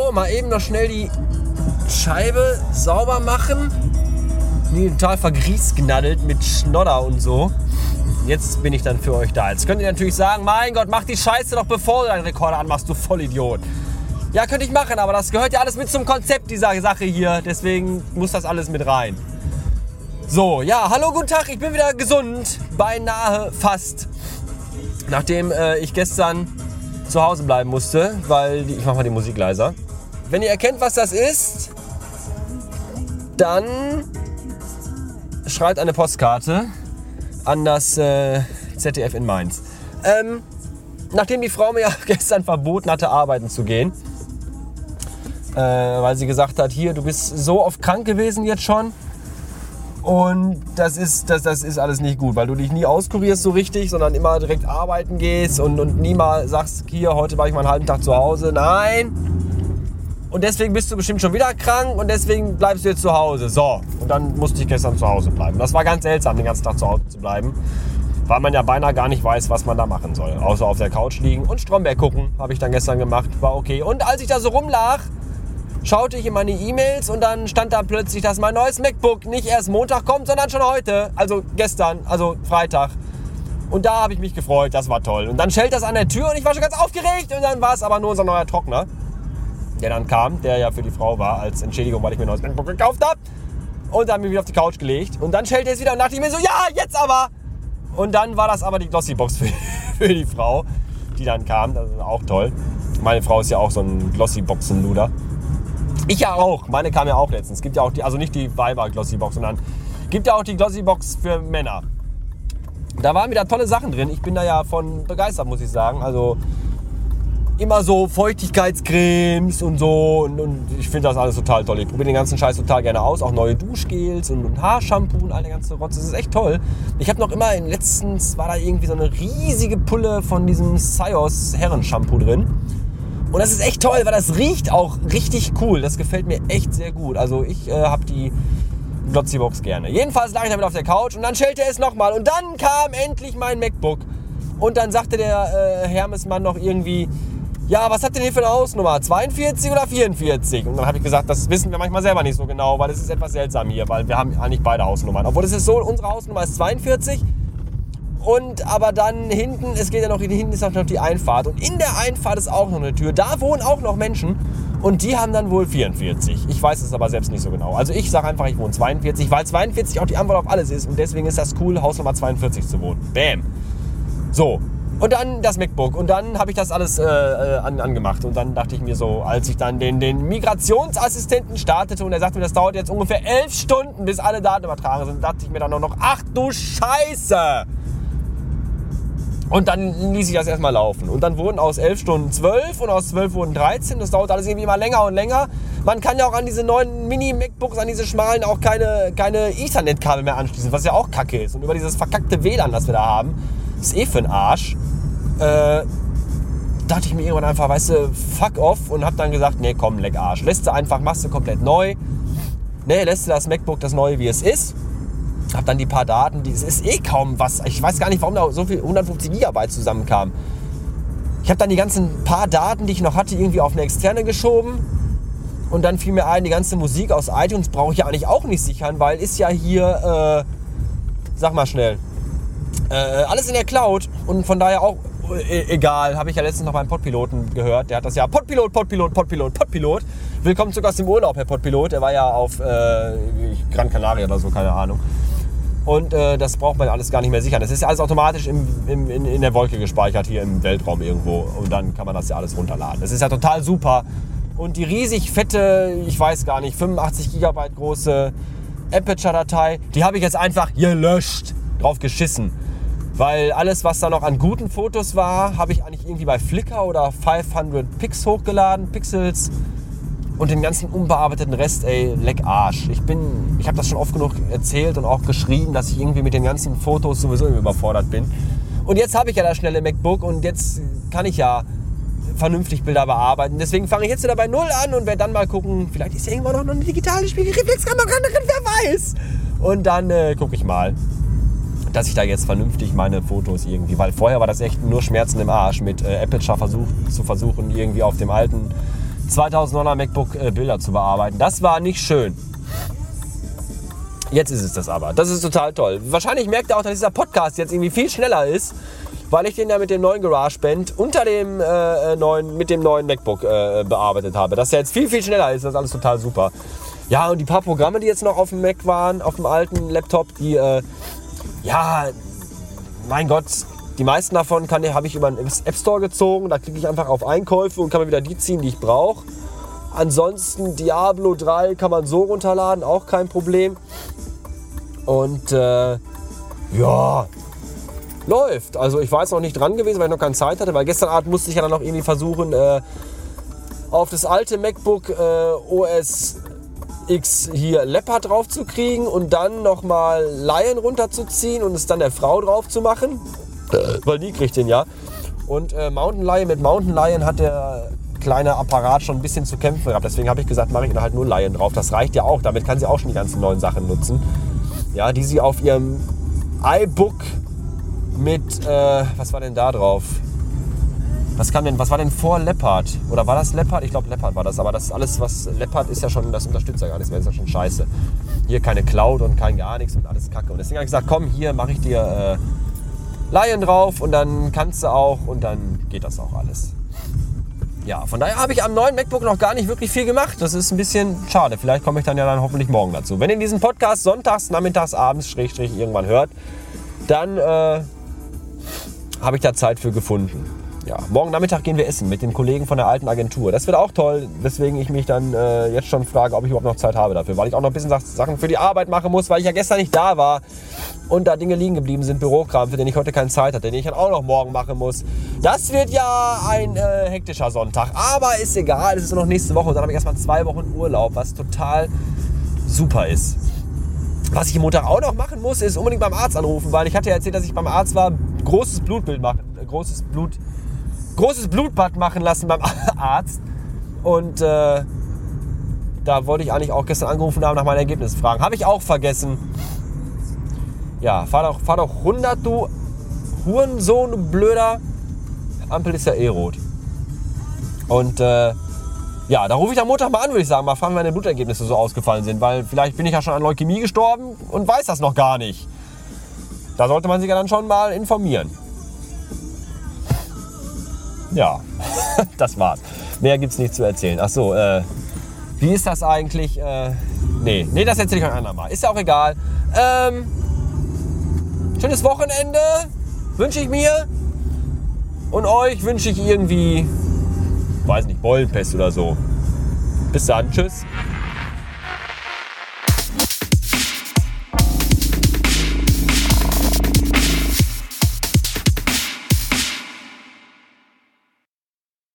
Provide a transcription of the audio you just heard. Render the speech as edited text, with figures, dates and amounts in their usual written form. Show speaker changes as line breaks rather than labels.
So, mal eben noch schnell die Scheibe sauber machen. Die total vergriesgnaddelt mit Schnodder und so. Jetzt bin ich dann für euch da. Jetzt könnt ihr natürlich sagen, mein Gott, mach die Scheiße doch, bevor du deinen Rekorder anmachst, du Vollidiot. Ja, könnte ich machen, aber das gehört ja alles mit zum Konzept dieser Sache hier. Deswegen muss das alles mit rein. So, ja, hallo, guten Tag, ich bin wieder gesund. Beinahe fast. Nachdem ich gestern zu Hause bleiben musste, weil ich mach mal die Musik leiser. Wenn ihr erkennt, was das ist, dann schreibt eine Postkarte an das ZDF in Mainz. Nachdem die Frau mir ja gestern verboten hatte, arbeiten zu gehen, weil sie gesagt hat, hier, du bist so oft krank gewesen jetzt schon und das ist alles nicht gut, weil du dich nie auskurierst so richtig, sondern immer direkt arbeiten gehst und nie mal sagst, hier, heute war ich mal einen halben Tag zu Hause. Nein! Und deswegen bist du bestimmt schon wieder krank und deswegen bleibst du jetzt zu Hause. So, und dann musste ich gestern zu Hause bleiben. Das war ganz seltsam, den ganzen Tag zu Hause zu bleiben, weil man ja beinahe gar nicht weiß, was man da machen soll. Außer auf der Couch liegen und Stromberg gucken, habe ich dann gestern gemacht, war okay. Und als ich da so rumlag, schaute ich in meine E-Mails und dann stand da plötzlich, dass mein neues MacBook nicht erst Montag kommt, sondern schon heute, also gestern, also Freitag. Und da habe ich mich gefreut, das war toll. Und dann schellt das an der Tür und ich war schon ganz aufgeregt und dann war es aber nur unser neuer Trockner, der dann kam, der ja für die Frau war, als Entschädigung, weil ich mir ein neues MacBook gekauft habe. Und dann bin ich wieder auf die Couch gelegt. Und dann schellte es wieder und dachte ich mir so, ja, jetzt aber. Und dann war das aber die Glossybox für die Frau, die dann kam. Das ist auch toll. Meine Frau ist ja auch so ein Glossyboxen-Luder. Ich ja auch. Meine kam ja auch letztens. Es gibt ja auch die, also nicht die Weiber-Glossybox, sondern gibt ja auch die Glossybox für Männer. Da waren wieder tolle Sachen drin. Ich bin da ja von begeistert, muss ich sagen. Also immer so Feuchtigkeitscremes und so und ich finde das alles total toll. Ich probiere den ganzen Scheiß total gerne aus, auch neue Duschgels und Haarshampoo und all der ganze Rotz. Das ist echt toll. Ich habe noch immer, letztens war da irgendwie so eine riesige Pulle von diesem Sios Herrenshampoo drin. Und das ist echt toll, weil das riecht auch richtig cool. Das gefällt mir echt sehr gut. Also ich habe die Glossybox gerne. Jedenfalls lag ich damit auf der Couch und dann schellte es nochmal. Und dann kam endlich mein MacBook. Und dann sagte der Hermesmann noch irgendwie, ja, was habt ihr denn hier für eine Hausnummer? 42 oder 44? Und dann habe ich gesagt, das wissen wir manchmal selber nicht so genau, weil es ist etwas seltsam hier, weil wir haben eigentlich beide Hausnummern. Obwohl es ist so, unsere Hausnummer ist 42 und aber dann hinten, es geht ja noch, hinten ist auch noch die Einfahrt und in der Einfahrt ist auch noch eine Tür. Da wohnen auch noch Menschen und die haben dann wohl 44. Ich weiß es aber selbst nicht so genau. Also ich sage einfach, ich wohne 42, weil 42 auch die Antwort auf alles ist und deswegen ist das cool, Hausnummer 42 zu wohnen. Bam. So. Und dann das MacBook und dann habe ich das alles angemacht und dann dachte ich mir so, als ich dann den Migrationsassistenten startete und er sagte mir, das dauert jetzt ungefähr 11 Stunden, bis alle Daten übertragen sind, dachte ich mir dann noch, ach du Scheiße! Und dann ließ ich das erstmal laufen und dann wurden aus 11 Stunden 12 und aus 12 wurden 13, das dauert alles irgendwie immer länger und länger. Man kann ja auch an diese neuen Mini-MacBooks, an diese schmalen auch keine Ethernet-Kabel mehr anschließen, was ja auch kacke ist und über dieses verkackte WLAN, das wir da haben, ist eh für den Arsch. Dachte ich mir irgendwann einfach, weißt du, fuck off und hab dann gesagt, nee, komm, leck Arsch. Lässt du einfach, machst du komplett neu. Nee, lässt du das MacBook das neue, wie es ist. Hab dann die paar Daten, es ist eh kaum was. Ich weiß gar nicht, warum da so viel 150 GB zusammenkamen. Ich habe dann die ganzen paar Daten, die ich noch hatte, irgendwie auf eine externe geschoben. Und dann fiel mir ein, die ganze Musik aus iTunes brauche ich ja eigentlich auch nicht sichern, weil ist ja hier, sag mal schnell, alles in der Cloud und von daher auch egal. Habe ich ja letztens noch beim Podpiloten gehört. Der hat das ja Podpilot. Willkommen zurück aus dem Urlaub, Herr Podpilot. Der war ja auf Gran Canaria oder so, keine Ahnung. Und das braucht man alles gar nicht mehr sichern. Das ist ja alles automatisch in der Wolke gespeichert, hier im Weltraum irgendwo. Und dann kann man das ja alles runterladen. Das ist ja total super. Und die riesig fette, ich weiß gar nicht, 85 GB große Aperture-Datei, die habe ich jetzt einfach gelöscht, drauf geschissen. Weil alles, was da noch an guten Fotos war, habe ich eigentlich irgendwie bei Flickr oder 500 Pixels. Und den ganzen unbearbeiteten Rest, ey, leck Arsch. Ich habe das schon oft genug erzählt und auch geschrieben, dass ich irgendwie mit den ganzen Fotos sowieso überfordert bin. Und jetzt habe ich ja das schnelle MacBook und jetzt kann ich ja vernünftig Bilder bearbeiten. Deswegen fange ich jetzt wieder bei Null an und werde dann mal gucken, vielleicht ist ja irgendwann noch eine digitale Spiegelreflexkamera drin, wer weiß. Und dann gucke ich mal, dass ich da jetzt vernünftig meine Fotos irgendwie, weil vorher war das echt nur Schmerzen im Arsch mit Aperture versuchen irgendwie auf dem alten 2009er MacBook Bilder zu bearbeiten. Das war nicht schön. Jetzt ist es das aber. Das ist total toll. Wahrscheinlich merkt ihr auch, dass dieser Podcast jetzt irgendwie viel schneller ist, weil ich den ja mit dem neuen GarageBand mit dem neuen MacBook bearbeitet habe. Dass der jetzt viel, viel schneller ist. Das ist alles total super. Ja, und die paar Programme, die jetzt noch auf dem Mac waren, auf dem alten Laptop, die, mein Gott, die meisten davon habe ich über den App Store gezogen. Da klicke ich einfach auf Einkäufe und kann mir wieder die ziehen, die ich brauche. Ansonsten Diablo 3 kann man so runterladen, auch kein Problem. Und läuft. Also ich war jetzt noch nicht dran gewesen, weil ich noch keine Zeit hatte, weil gestern Abend musste ich ja dann noch irgendwie versuchen, auf das alte MacBook OS X hier Leopard drauf zu kriegen und dann nochmal Lion runterzuziehen und es dann der Frau drauf zu machen, weil die kriegt den ja. Und Mountain Lion hat der kleine Apparat schon ein bisschen zu kämpfen gehabt. Deswegen habe ich gesagt, mache ich da halt nur Lion drauf. Das reicht ja auch. Damit kann sie auch schon die ganzen neuen Sachen nutzen. Ja, die sie auf ihrem iBook mit, was war denn da drauf? Was war denn vor Leopard? Oder war das Leopard? Ich glaube Leopard war das. Aber das alles, was Leopard ist ja schon, das unterstützt ja gar nichts mehr. Das ist ja schon scheiße. Hier keine Cloud und kein gar nichts und alles Kacke. Und deswegen habe ich gesagt, komm, hier mache ich dir Lion drauf und dann kannst du auch und dann geht das auch alles. Ja, von daher habe ich am neuen MacBook noch gar nicht wirklich viel gemacht. Das ist ein bisschen schade. Vielleicht komme ich dann ja dann hoffentlich morgen dazu. Wenn ihr diesen Podcast sonntags, nachmittags, abends, Schrägstrich irgendwann hört, dann habe ich da Zeit für gefunden. Ja, morgen Nachmittag gehen wir essen mit den Kollegen von der alten Agentur. Das wird auch toll, weswegen ich mich dann jetzt schon frage, ob ich überhaupt noch Zeit habe dafür. Weil ich auch noch ein bisschen Sachen für die Arbeit machen muss, weil ich ja gestern nicht da war und da Dinge liegen geblieben sind, Bürokram, für den ich heute keine Zeit hatte, den ich dann auch noch morgen machen muss. Das wird ja ein hektischer Sonntag, aber ist egal, es ist nur noch nächste Woche und dann habe ich erstmal 2 Wochen Urlaub, was total super ist. Was ich am Montag auch noch machen muss, ist unbedingt beim Arzt anrufen, weil ich hatte ja erzählt, dass ich beim Arzt war, großes Blutbild machen, großes Blutbad machen lassen beim Arzt. Und da wollte ich eigentlich auch gestern angerufen haben, nach meinen Ergebnissen fragen. Habe ich auch vergessen. Ja, fahr doch 100, du Hurensohn, du Blöder. Ampel ist ja eh rot. Und da rufe ich am Montag mal an, würde ich sagen. Mal fragen, wie meine Blutergebnisse so ausgefallen sind. Weil vielleicht bin ich ja schon an Leukämie gestorben und weiß das noch gar nicht. Da sollte man sich ja dann schon mal informieren. Ja, das war's. Mehr gibt's nicht zu erzählen. Ach so, wie ist das eigentlich? Nee, das erzähle ich euch ein andermal. Ist ja auch egal. Schönes Wochenende wünsche ich mir. Und euch wünsche ich irgendwie, weiß nicht, Beulenpest oder so. Bis dann, tschüss.